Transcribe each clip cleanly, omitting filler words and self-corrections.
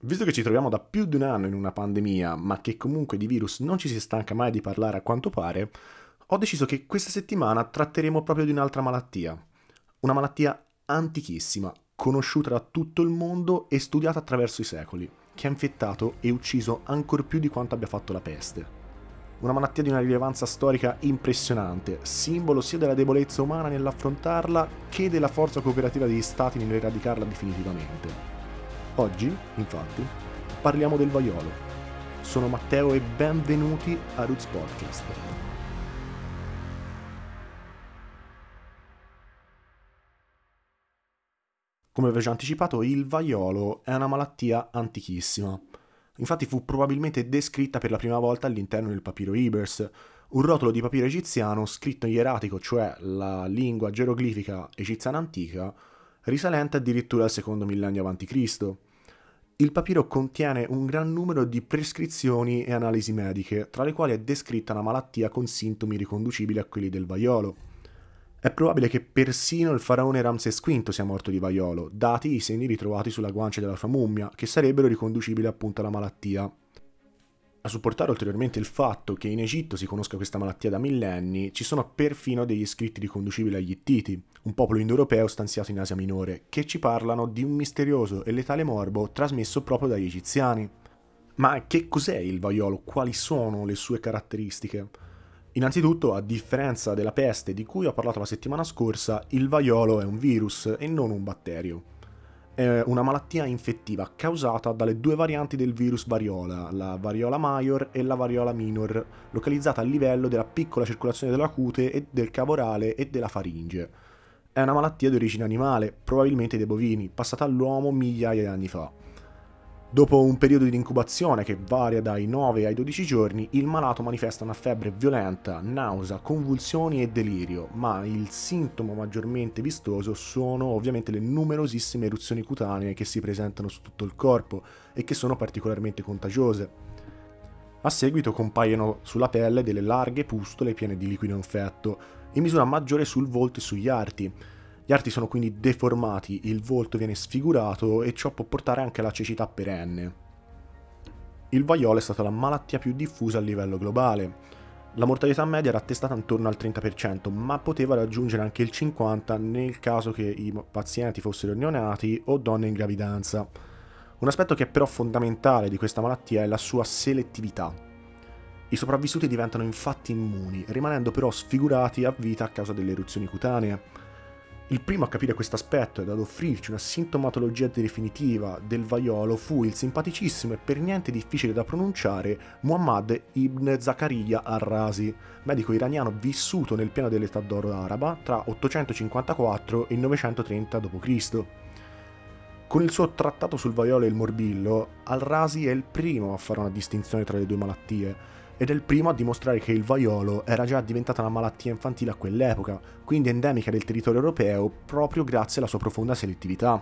Visto che ci troviamo da più di un anno in una pandemia, ma che comunque di virus non ci si stanca mai di parlare a quanto pare, ho deciso che questa settimana tratteremo proprio di un'altra malattia. Una malattia antichissima, conosciuta da tutto il mondo e studiata attraverso i secoli, che ha infettato e ucciso ancor più di quanto abbia fatto la peste. Una malattia di una rilevanza storica impressionante, simbolo sia della debolezza umana nell'affrontarla che della forza cooperativa degli stati nell'eradicarla definitivamente. Oggi, infatti, parliamo del vaiolo. Sono Matteo e benvenuti a Roots Podcast. Come avevo già anticipato, il vaiolo è una malattia antichissima. Infatti fu probabilmente descritta per la prima volta all'interno del papiro Ibers, un rotolo di papiro egiziano scritto in ieratico, cioè la lingua geroglifica egiziana antica, risalente addirittura al secondo millennio a.C. Il papiro contiene un gran numero di prescrizioni e analisi mediche, tra le quali è descritta una malattia con sintomi riconducibili a quelli del vaiolo. È probabile che persino il faraone Ramses V sia morto di vaiolo, dati i segni ritrovati sulla guancia della sua mummia, che sarebbero riconducibili appunto alla malattia. A supportare ulteriormente il fatto che in Egitto si conosca questa malattia da millenni, ci sono perfino degli scritti riconducibili agli Ittiti, un popolo indoeuropeo stanziato in Asia Minore, che ci parlano di un misterioso e letale morbo trasmesso proprio dagli egiziani. Ma che cos'è il vaiolo? Quali sono le sue caratteristiche? Innanzitutto, a differenza della peste di cui ho parlato la settimana scorsa, il vaiolo è un virus e non un batterio. È una malattia infettiva causata dalle due varianti del virus variola, la variola major e la variola minor, localizzata a livello della piccola circolazione della cute e del cavo orale e della faringe. È una malattia di origine animale, probabilmente dei bovini, passata all'uomo migliaia di anni fa. Dopo un periodo di incubazione che varia dai 9 ai 12 giorni, il malato manifesta una febbre violenta, nausea, convulsioni e delirio, ma il sintomo maggiormente vistoso sono ovviamente le numerosissime eruzioni cutanee che si presentano su tutto il corpo e che sono particolarmente contagiose. A seguito compaiono sulla pelle delle larghe pustole piene di liquido infetto, in misura maggiore sul volto e sugli arti. Gli arti sono quindi deformati, il volto viene sfigurato e ciò può portare anche alla cecità perenne. Il vaiolo è stata la malattia più diffusa a livello globale. La mortalità media era attestata intorno al 30%, ma poteva raggiungere anche il 50% nel caso che i pazienti fossero neonati o donne in gravidanza. Un aspetto che è però fondamentale di questa malattia è la sua selettività. I sopravvissuti diventano infatti immuni, rimanendo però sfigurati a vita a causa delle eruzioni cutanee. Il primo a capire questo aspetto ed ad offrirci una sintomatologia definitiva del vaiolo fu il simpaticissimo e per niente difficile da pronunciare Muhammad ibn Zakaria al-Razi, medico iraniano vissuto nel pieno dell'età d'oro araba tra 854 e 930 d.C. Con il suo trattato sul vaiolo e il morbillo, al-Razi è il primo a fare una distinzione tra le due malattie ed è il primo a dimostrare che il vaiolo era già diventata una malattia infantile a quell'epoca, quindi endemica del territorio europeo proprio grazie alla sua profonda selettività.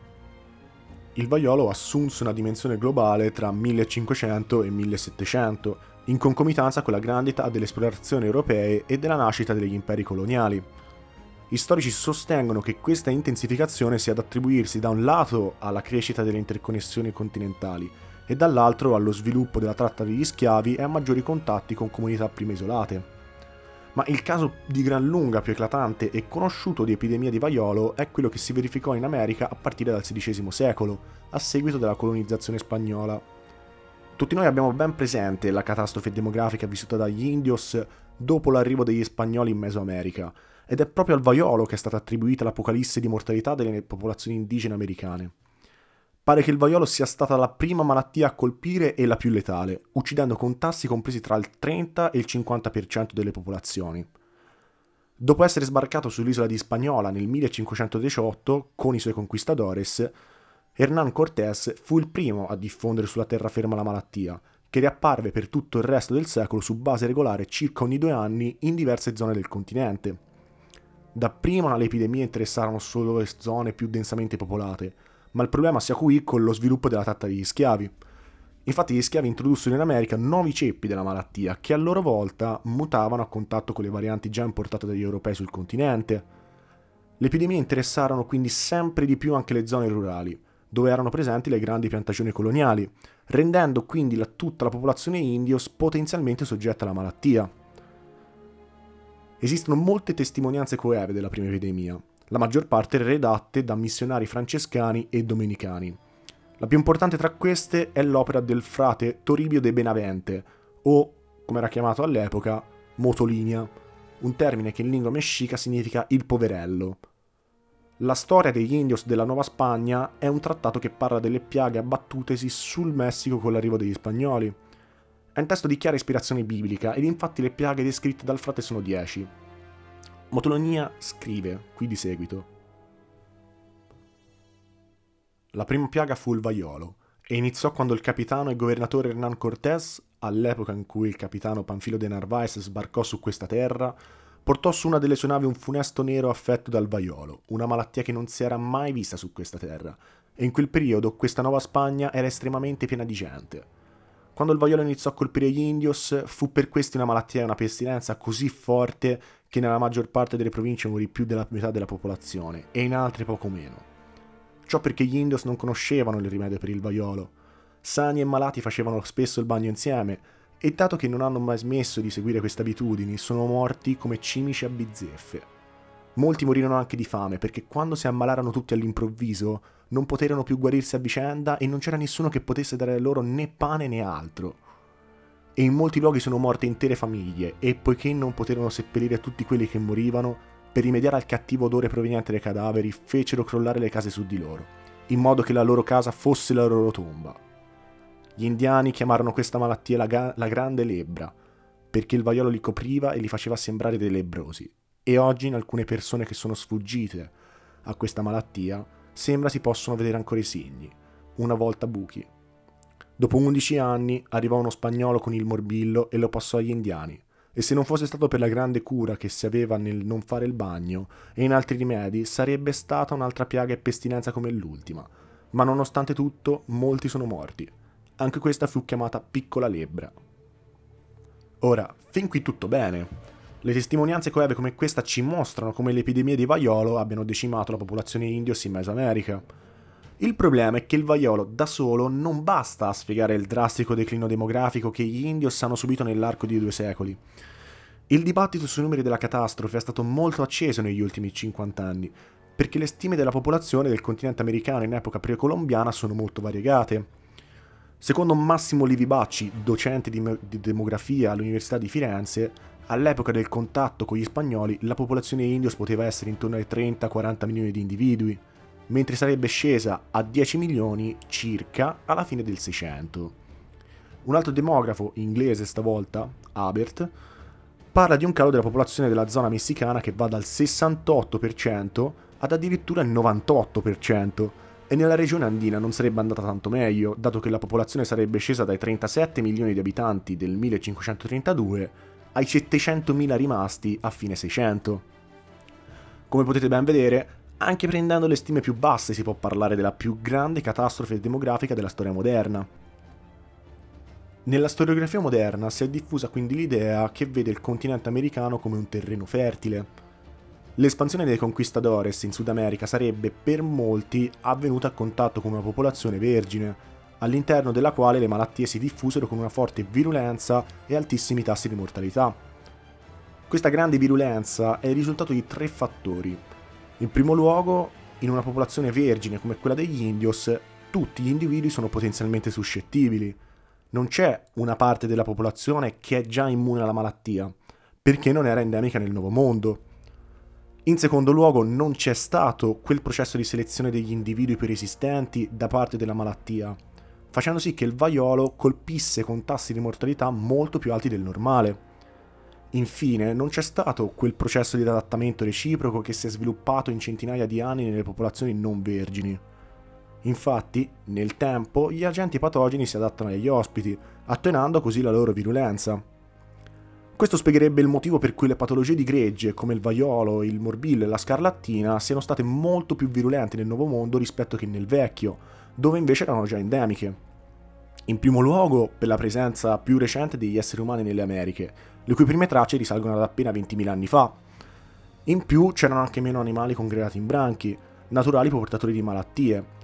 Il vaiolo assunse una dimensione globale tra 1500 e 1700, in concomitanza con la grande età delle esplorazioni europee e della nascita degli imperi coloniali. Gli storici sostengono che questa intensificazione sia da attribuirsi da un lato alla crescita delle interconnessioni continentali e dall'altro allo sviluppo della tratta degli schiavi e a maggiori contatti con comunità prima isolate. Ma il caso di gran lunga più eclatante e conosciuto di epidemia di vaiolo è quello che si verificò in America a partire dal XVI secolo, a seguito della colonizzazione spagnola. Tutti noi abbiamo ben presente la catastrofe demografica vissuta dagli indios dopo l'arrivo degli spagnoli in Mesoamerica, ed è proprio al vaiolo che è stata attribuita l'apocalisse di mortalità delle popolazioni indigene americane. Pare che il vaiolo sia stata la prima malattia a colpire e la più letale, uccidendo con tassi compresi tra il 30 e il 50% delle popolazioni. Dopo essere sbarcato sull'isola di Hispaniola nel 1518 con i suoi conquistadores, Hernán Cortés fu il primo a diffondere sulla terraferma la malattia, che riapparve per tutto il resto del secolo su base regolare circa ogni 2 anni in diverse zone del continente. Dapprima le epidemie interessarono solo le zone più densamente popolate, ma il problema si acuì con lo sviluppo della tratta degli schiavi. Infatti gli schiavi introdussero in America nuovi ceppi della malattia che a loro volta mutavano a contatto con le varianti già importate dagli europei sul continente. Le epidemie interessarono quindi sempre di più anche le zone rurali, dove erano presenti le grandi piantagioni coloniali, rendendo quindi tutta la popolazione indios potenzialmente soggetta alla malattia. Esistono molte testimonianze coeve della prima epidemia, la maggior parte redatte da missionari francescani e domenicani. La più importante tra queste è l'opera del frate Toribio de Benavente, o, come era chiamato all'epoca, Motolinia, un termine che in lingua mexica significa il poverello. La storia degli indios della Nuova Spagna è un trattato che parla delle piaghe abbattutesi sul Messico con l'arrivo degli spagnoli. È un testo di chiara ispirazione biblica ed infatti le piaghe descritte dal frate sono 10. Motolinia scrive, qui di seguito: la prima piaga fu il vaiolo, e iniziò quando il capitano e governatore Hernán Cortés, all'epoca in cui il capitano Panfilo de Narváez sbarcò su questa terra, portò su una delle sue navi un funesto nero affetto dal vaiolo, una malattia che non si era mai vista su questa terra, e in quel periodo questa Nuova Spagna era estremamente piena di gente. Quando il vaiolo iniziò a colpire gli indios, fu per questi una malattia e una pestilenza così forte che nella maggior parte delle province morì più della metà della popolazione, e in altre poco meno. Ciò perché gli indios non conoscevano il rimedio per il vaiolo. Sani e malati facevano spesso il bagno insieme, e dato che non hanno mai smesso di seguire queste abitudini, sono morti come cimici a bizzeffe. Molti morirono anche di fame, perché quando si ammalarono tutti all'improvviso, non poterono più guarirsi a vicenda e non c'era nessuno che potesse dare loro né pane né altro. E in molti luoghi sono morte intere famiglie, e poiché non poterono seppellire tutti quelli che morivano, per rimediare al cattivo odore proveniente dai cadaveri, fecero crollare le case su di loro, in modo che la loro casa fosse la loro tomba. Gli indiani chiamarono questa malattia la grande lebbra, perché il vaiolo li copriva e li faceva sembrare dei lebbrosi, e oggi in alcune persone che sono sfuggite a questa malattia sembra si possono vedere ancora i segni, una volta buchi. Dopo 11 anni arrivò uno spagnolo con il morbillo e lo passò agli indiani, e se non fosse stato per la grande cura che si aveva nel non fare il bagno e in altri rimedi, sarebbe stata un'altra piaga e pestilenza come l'ultima, ma nonostante tutto molti sono morti. Anche questa fu chiamata piccola lebbra. Ora, fin qui tutto bene. Le testimonianze coeve come questa ci mostrano come le epidemie di vaiolo abbiano decimato la popolazione indios in Mesoamerica. Il problema è che il vaiolo da solo non basta a spiegare il drastico declino demografico che gli indios hanno subito nell'arco di 2 secoli. Il dibattito sui numeri della catastrofe è stato molto acceso negli ultimi 50 anni, perché le stime della popolazione del continente americano in epoca precolombiana sono molto variegate. Secondo Massimo Livi Bacci, docente di demografia all'Università di Firenze, all'epoca del contatto con gli spagnoli la popolazione indios poteva essere intorno ai 30-40 milioni di individui, mentre sarebbe scesa a 10 milioni circa alla fine del 600. Un altro demografo, inglese stavolta, Abert, parla di un calo della popolazione della zona messicana che va dal 68% ad addirittura il 98%, e nella regione andina non sarebbe andata tanto meglio, dato che la popolazione sarebbe scesa dai 37 milioni di abitanti del 1532 ai 700.000 rimasti a fine 600. Come potete ben vedere, anche prendendo le stime più basse si può parlare della più grande catastrofe demografica della storia moderna. Nella storiografia moderna si è diffusa quindi l'idea che vede il continente americano come un terreno fertile. L'espansione dei conquistadores in Sud America sarebbe per molti avvenuta a contatto con una popolazione vergine, all'interno della quale le malattie si diffusero con una forte virulenza e altissimi tassi di mortalità. Questa grande virulenza è il risultato di 3 fattori. In primo luogo, in una popolazione vergine come quella degli indios, tutti gli individui sono potenzialmente suscettibili. Non c'è una parte della popolazione che è già immune alla malattia, perché non era endemica nel Nuovo Mondo. In secondo luogo, non c'è stato quel processo di selezione degli individui più resistenti da parte della malattia, facendo sì che il vaiolo colpisse con tassi di mortalità molto più alti del normale. Infine, non c'è stato quel processo di adattamento reciproco che si è sviluppato in centinaia di anni nelle popolazioni non vergini. Infatti, nel tempo, gli agenti patogeni si adattano agli ospiti, attenuando così la loro virulenza. Questo spiegherebbe il motivo per cui le patologie di gregge, come il vaiolo, il morbillo e la scarlattina, siano state molto più virulenti nel Nuovo Mondo rispetto che nel Vecchio, dove invece erano già endemiche. In primo luogo, per la presenza più recente degli esseri umani nelle Americhe, le cui prime tracce risalgono ad appena 20.000 anni fa. In più, c'erano anche meno animali congregati in branchi, naturali portatori di malattie,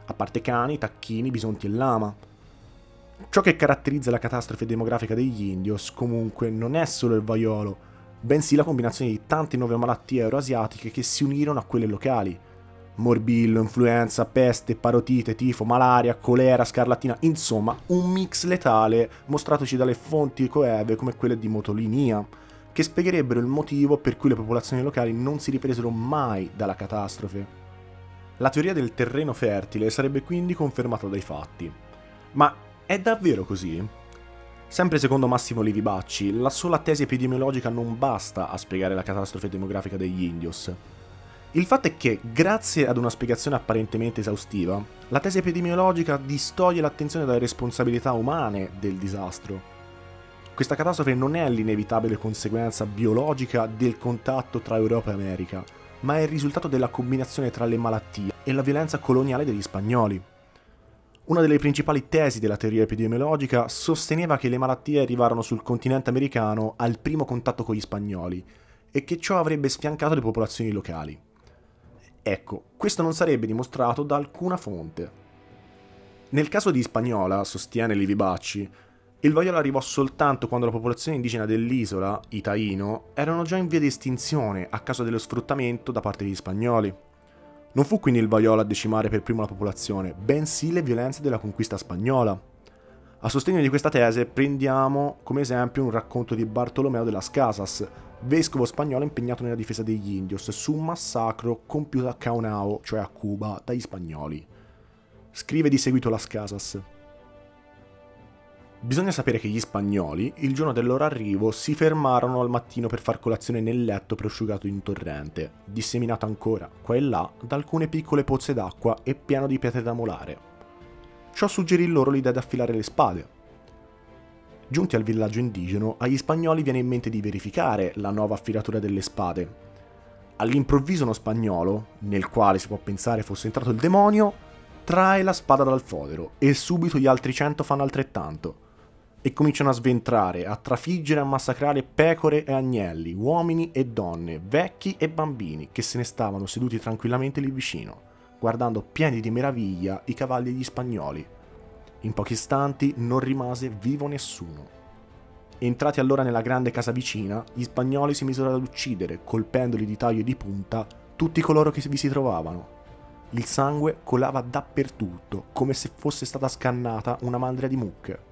a parte cani, tacchini, bisonti e lama. Ciò che caratterizza la catastrofe demografica degli indios, comunque, non è solo il vaiolo, bensì la combinazione di tante nuove malattie euroasiatiche che si unirono a quelle locali. Morbillo, influenza, peste, parotite, tifo, malaria, colera, scarlattina, insomma un mix letale mostratoci dalle fonti coeve come quelle di Motolinia, che spiegherebbero il motivo per cui le popolazioni locali non si ripresero mai dalla catastrofe. La teoria del terreno fertile sarebbe quindi confermata dai fatti. Ma è davvero così? Sempre secondo Massimo Livi Bacci, la sola tesi epidemiologica non basta a spiegare la catastrofe demografica degli indios. Il fatto è che, grazie ad una spiegazione apparentemente esaustiva, la tesi epidemiologica distoglie l'attenzione dalle responsabilità umane del disastro. Questa catastrofe non è l'inevitabile conseguenza biologica del contatto tra Europa e America, ma è il risultato della combinazione tra le malattie e la violenza coloniale degli spagnoli. Una delle principali tesi della teoria epidemiologica sosteneva che le malattie arrivarono sul continente americano al primo contatto con gli spagnoli e che ciò avrebbe sfiancato le popolazioni locali. Ecco, questo non sarebbe dimostrato da alcuna fonte. Nel caso di Hispaniola, sostiene Livi Bacci, il vaiolo arrivò soltanto quando la popolazione indigena dell'isola, i Taino, erano già in via di estinzione a causa dello sfruttamento da parte degli spagnoli. Non fu quindi il vaiolo a decimare per primo la popolazione, bensì le violenze della conquista spagnola. A sostegno di questa tese prendiamo come esempio un racconto di Bartolomeo de las Casas, vescovo spagnolo impegnato nella difesa degli indios su un massacro compiuto a Caonao, cioè a Cuba, dagli spagnoli. Scrive di seguito Las Casas. Bisogna sapere che gli spagnoli, il giorno del loro arrivo, si fermarono al mattino per far colazione nel letto prosciugato in torrente, disseminato ancora, qua e là, da alcune piccole pozze d'acqua e pieno di pietre da molare. Ciò suggerì loro l'idea di affilare le spade. Giunti al villaggio indigeno, agli spagnoli viene in mente di verificare la nuova affilatura delle spade. All'improvviso uno spagnolo, nel quale si può pensare fosse entrato il demonio, trae la spada dal fodero e subito gli altri 100 fanno altrettanto. E cominciano a sventrare, a trafiggere e a massacrare pecore e agnelli, uomini e donne, vecchi e bambini che se ne stavano seduti tranquillamente lì vicino, guardando pieni di meraviglia i cavalli degli spagnoli. In pochi istanti non rimase vivo nessuno. Entrati allora nella grande casa vicina, gli spagnoli si misero ad uccidere, colpendoli di taglio e di punta, tutti coloro che vi si trovavano. Il sangue colava dappertutto, come se fosse stata scannata una mandria di mucche.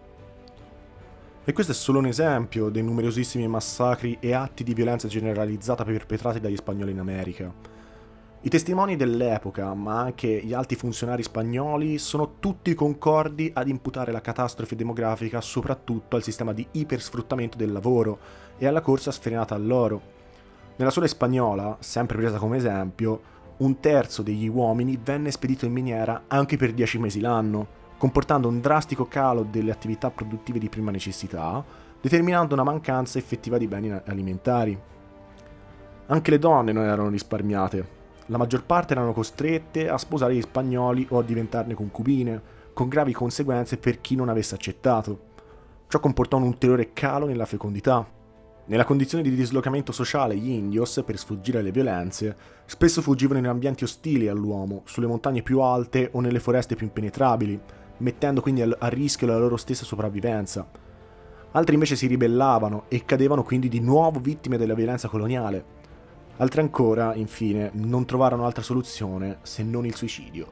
E questo è solo un esempio dei numerosissimi massacri e atti di violenza generalizzata perpetrati dagli spagnoli in America. I testimoni dell'epoca, ma anche gli alti funzionari spagnoli, sono tutti concordi ad imputare la catastrofe demografica soprattutto al sistema di ipersfruttamento del lavoro e alla corsa sfrenata all'oro. Nella sola Spagnola, sempre presa come esempio, 1/3 degli uomini venne spedito in miniera anche per 10 mesi l'anno, comportando un drastico calo delle attività produttive di prima necessità, determinando una mancanza effettiva di beni alimentari. Anche le donne non erano risparmiate. La maggior parte erano costrette a sposare gli spagnoli o a diventarne concubine, con gravi conseguenze per chi non avesse accettato. Ciò comportò un ulteriore calo nella fecondità. Nella condizione di dislocamento sociale gli indios, per sfuggire alle violenze, spesso fuggivano in ambienti ostili all'uomo, sulle montagne più alte o nelle foreste più impenetrabili, mettendo quindi a rischio la loro stessa sopravvivenza. Altri invece si ribellavano e cadevano quindi di nuovo vittime della violenza coloniale. Altri ancora, infine, non trovarono altra soluzione se non il suicidio.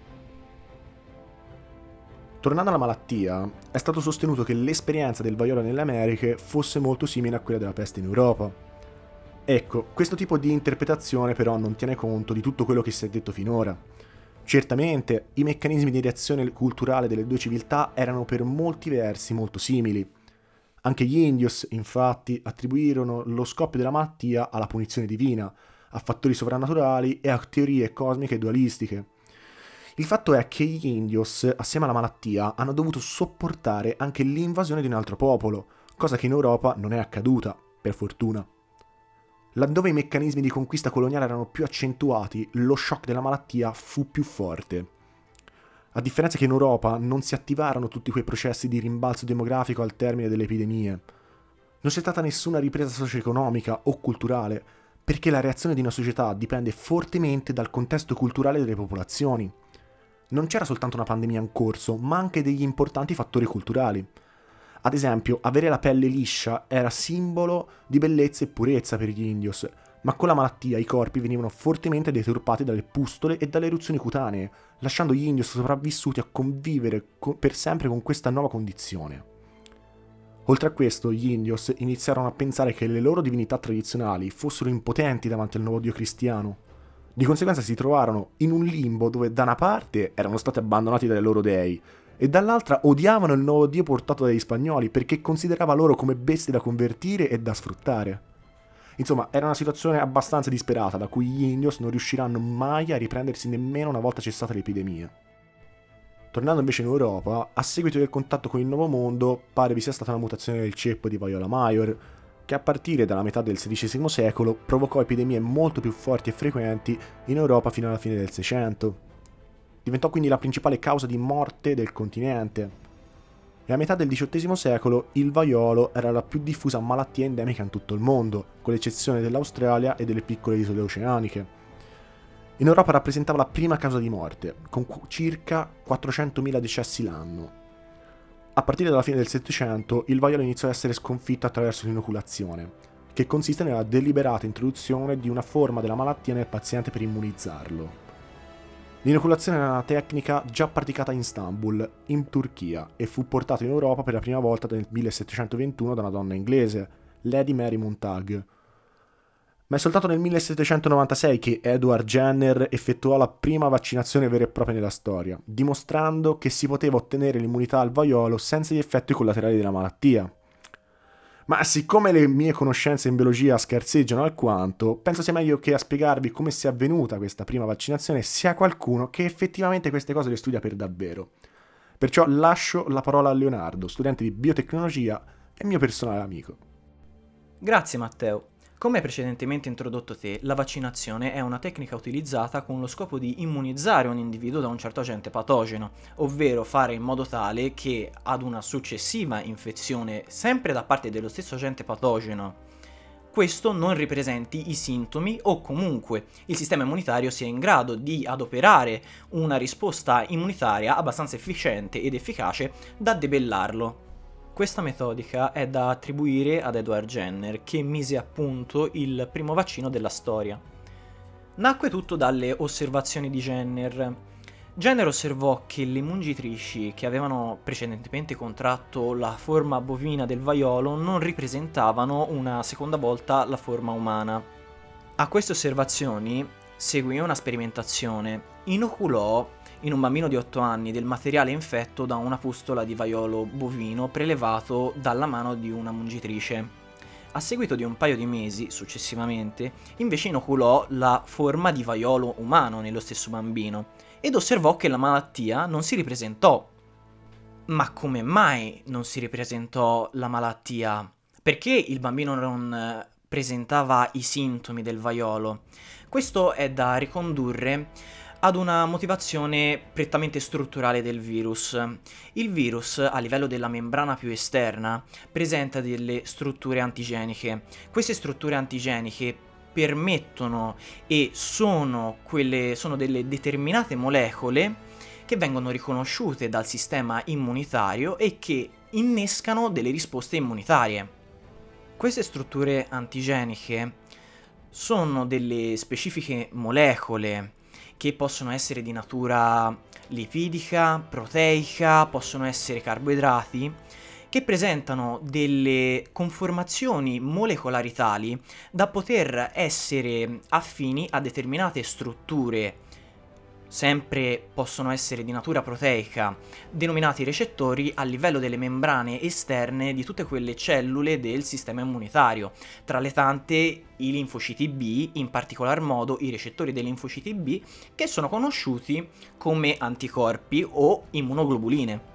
Tornando alla malattia, è stato sostenuto che l'esperienza del vaiolo nelle Americhe fosse molto simile a quella della peste in Europa. Ecco, questo tipo di interpretazione però non tiene conto di tutto quello che si è detto finora. Certamente, i meccanismi di reazione culturale delle due civiltà erano per molti versi molto simili. Anche gli indios, infatti, attribuirono lo scoppio della malattia alla punizione divina, a fattori sovrannaturali e a teorie cosmiche dualistiche. Il fatto è che gli indios, assieme alla malattia, hanno dovuto sopportare anche l'invasione di un altro popolo, cosa che in Europa non è accaduta, per fortuna. Laddove i meccanismi di conquista coloniale erano più accentuati, lo shock della malattia fu più forte. A differenza che in Europa non si attivarono tutti quei processi di rimbalzo demografico al termine delle epidemie. Non c'è stata nessuna ripresa socio-economica o culturale, perché la reazione di una società dipende fortemente dal contesto culturale delle popolazioni. non c'era soltanto una pandemia in corso, ma anche degli importanti fattori culturali. Ad esempio, avere la pelle liscia era simbolo di bellezza e purezza per gli indios, ma con la malattia i corpi venivano fortemente deturpati dalle pustole e dalle eruzioni cutanee, lasciando gli indios sopravvissuti a convivere per sempre con questa nuova condizione. Oltre a questo, gli indios iniziarono a pensare che le loro divinità tradizionali fossero impotenti davanti al nuovo dio cristiano. Di conseguenza si trovarono in un limbo dove da una parte erano stati abbandonati dai loro dei e dall'altra odiavano il nuovo dio portato dagli spagnoli perché considerava loro come bestie da convertire e da sfruttare. Insomma, era una situazione abbastanza disperata da cui gli indios non riusciranno mai a riprendersi nemmeno una volta cessata l'epidemia. Tornando invece in Europa, a seguito del contatto con il Nuovo Mondo, pare vi sia stata una mutazione del ceppo di Viola Major, che a partire dalla metà del XVI secolo provocò epidemie molto più forti e frequenti in Europa fino alla fine del Seicento. Diventò quindi la principale causa di morte del continente. E a metà del XVIII secolo il vaiolo era la più diffusa malattia endemica in tutto il mondo, con l'eccezione dell'Australia e delle piccole isole oceaniche. In Europa rappresentava la prima causa di morte, con circa 400.000 decessi l'anno. A partire dalla fine del Settecento, il vaiolo iniziò ad essere sconfitto attraverso l'inoculazione, che consiste nella deliberata introduzione di una forma della malattia nel paziente per immunizzarlo. L'inoculazione era una tecnica già praticata in Istanbul, in Turchia, e fu portata in Europa per la prima volta nel 1721 da una donna inglese, Lady Mary Montagu. Ma è soltanto nel 1796 che Edward Jenner effettuò la prima vaccinazione vera e propria nella storia, dimostrando che si poteva ottenere l'immunità al vaiolo senza gli effetti collaterali della malattia. Ma siccome le mie conoscenze in biologia scarseggiano alquanto, penso sia meglio che a spiegarvi come sia avvenuta questa prima vaccinazione sia qualcuno che effettivamente queste cose le studia per davvero. Perciò lascio la parola a Leonardo, studente di biotecnologia e mio personale amico. Grazie Matteo. Come precedentemente introdotto te, la vaccinazione è una tecnica utilizzata con lo scopo di immunizzare un individuo da un certo agente patogeno, ovvero fare in modo tale che ad una successiva infezione, sempre da parte dello stesso agente patogeno, questo non ripresenti i sintomi o comunque il sistema immunitario sia in grado di adoperare una risposta immunitaria abbastanza efficiente ed efficace da debellarlo. Questa metodica è da attribuire ad Edward Jenner, che mise a punto il primo vaccino della storia. Nacque tutto dalle osservazioni di Jenner. Jenner osservò che le mungitrici che avevano precedentemente contratto la forma bovina del vaiolo non ripresentavano una seconda volta la forma umana. A queste osservazioni seguì una sperimentazione. Inoculò in un bambino di 8 anni del materiale infetto da una pustola di vaiolo bovino prelevato dalla mano di una mungitrice. A seguito di un paio di mesi, successivamente, invece inoculò la forma di vaiolo umano nello stesso bambino ed osservò che la malattia non si ripresentò. Ma come mai non si ripresentò la malattia? Perché il bambino non presentava i sintomi del vaiolo? Questo è da ricondurre ad una motivazione prettamente strutturale del virus. Il virus, a livello della membrana più esterna, presenta delle strutture antigeniche. Queste strutture antigeniche permettono e sono delle determinate molecole che vengono riconosciute dal sistema immunitario e che innescano delle risposte immunitarie. Queste strutture antigeniche sono delle specifiche molecole che possono essere di natura lipidica, proteica, possono essere carboidrati, che presentano delle conformazioni molecolari tali da poter essere affini a determinate strutture, sempre possono essere di natura proteica, denominati recettori a livello delle membrane esterne di tutte quelle cellule del sistema immunitario, tra le tante i linfociti B, in particolar modo i recettori dei linfociti B, che sono conosciuti come anticorpi o immunoglobuline.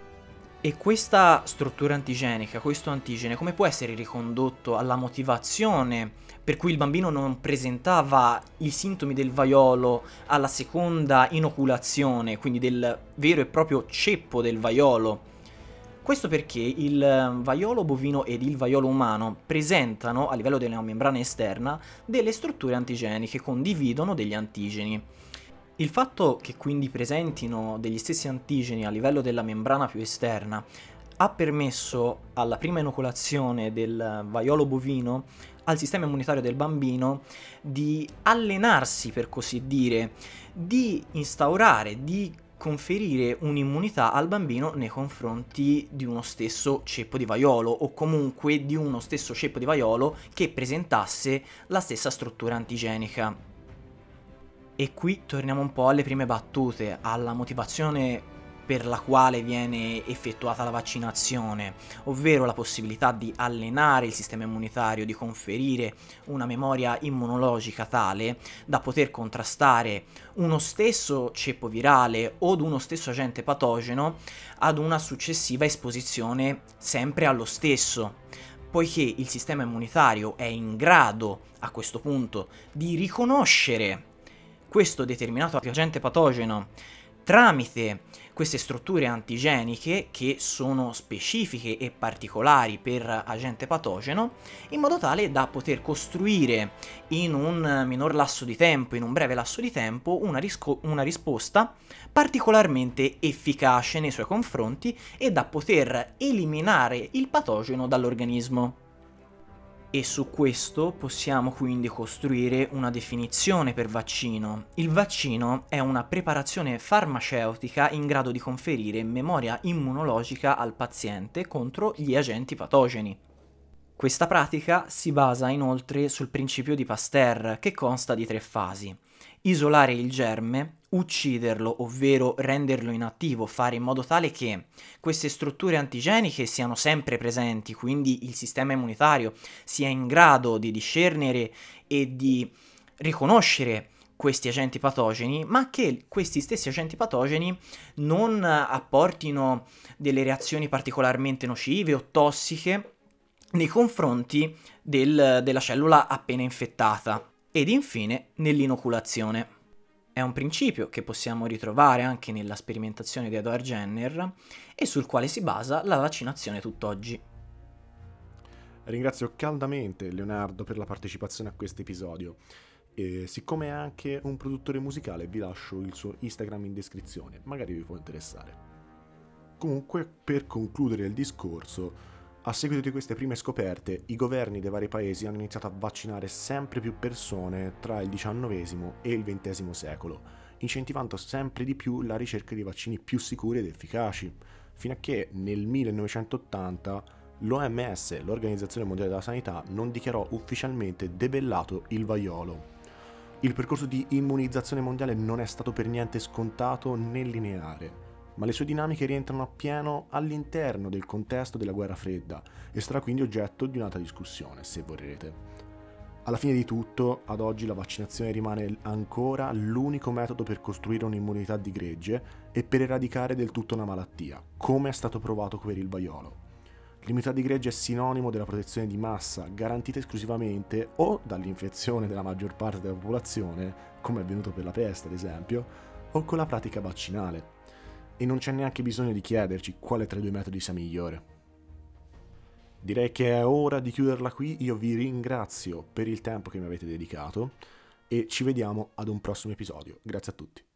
E questa struttura antigenica, questo antigene, come può essere ricondotto alla motivazione per cui il bambino non presentava i sintomi del vaiolo alla seconda inoculazione, quindi del vero e proprio ceppo del vaiolo? Questo perché il vaiolo bovino ed il vaiolo umano presentano, a livello della membrana esterna, delle strutture antigeniche, condividono degli antigeni. Il fatto che quindi presentino degli stessi antigeni a livello della membrana più esterna ha permesso alla prima inoculazione del vaiolo bovino al sistema immunitario del bambino di allenarsi, per così dire, di instaurare, di conferire un'immunità al bambino nei confronti di uno stesso ceppo di vaiolo, o comunque di uno stesso ceppo di vaiolo che presentasse la stessa struttura antigenica. E qui torniamo un po' alle prime battute, alla motivazione per la quale viene effettuata la vaccinazione, ovvero la possibilità di allenare il sistema immunitario, di conferire una memoria immunologica tale da poter contrastare uno stesso ceppo virale o uno stesso agente patogeno ad una successiva esposizione sempre allo stesso. Poiché il sistema immunitario è in grado a questo punto di riconoscere questo determinato agente patogeno tramite queste strutture antigeniche che sono specifiche e particolari per agente patogeno, in modo tale da poter costruire in un minor lasso di tempo, in un breve lasso di tempo, una risposta particolarmente efficace nei suoi confronti e da poter eliminare il patogeno dall'organismo. E su questo possiamo quindi costruire una definizione per vaccino. Il vaccino è una preparazione farmaceutica in grado di conferire memoria immunologica al paziente contro gli agenti patogeni. Questa pratica si basa inoltre sul principio di Pasteur, che consta di 3 fasi: isolare il germe, ucciderlo, ovvero renderlo inattivo, fare in modo tale che queste strutture antigeniche siano sempre presenti, quindi il sistema immunitario sia in grado di discernere e di riconoscere questi agenti patogeni, ma che questi stessi agenti patogeni non apportino delle reazioni particolarmente nocive o tossiche nei confronti della cellula appena infettata. Ed infine nell'inoculazione. È un principio che possiamo ritrovare anche nella sperimentazione di Edward Jenner e sul quale si basa la vaccinazione tutt'oggi. Ringrazio caldamente Leonardo per la partecipazione a questo episodio e siccome è anche un produttore musicale vi lascio il suo Instagram in descrizione, magari vi può interessare. Comunque, per concludere il discorso, a seguito di queste prime scoperte, i governi dei vari paesi hanno iniziato a vaccinare sempre più persone tra il XIX e il XX secolo, incentivando sempre di più la ricerca di vaccini più sicuri ed efficaci, fino a che nel 1980 l'OMS, l'Organizzazione Mondiale della Sanità, non dichiarò ufficialmente debellato il vaiolo. Il percorso di immunizzazione mondiale non è stato per niente scontato né lineare, ma le sue dinamiche rientrano appieno all'interno del contesto della guerra fredda e sarà quindi oggetto di un'altra discussione, se vorrete. Alla fine di tutto, ad oggi la vaccinazione rimane ancora l'unico metodo per costruire un'immunità di gregge e per eradicare del tutto una malattia, come è stato provato per il vaiolo. L'immunità di gregge è sinonimo della protezione di massa, garantita esclusivamente o dall'infezione della maggior parte della popolazione, come è avvenuto per la peste ad esempio, o con la pratica vaccinale. E non c'è neanche bisogno di chiederci quale tra i due metodi sia migliore. Direi che è ora di chiuderla qui, io vi ringrazio per il tempo che mi avete dedicato e ci vediamo ad un prossimo episodio. Grazie a tutti.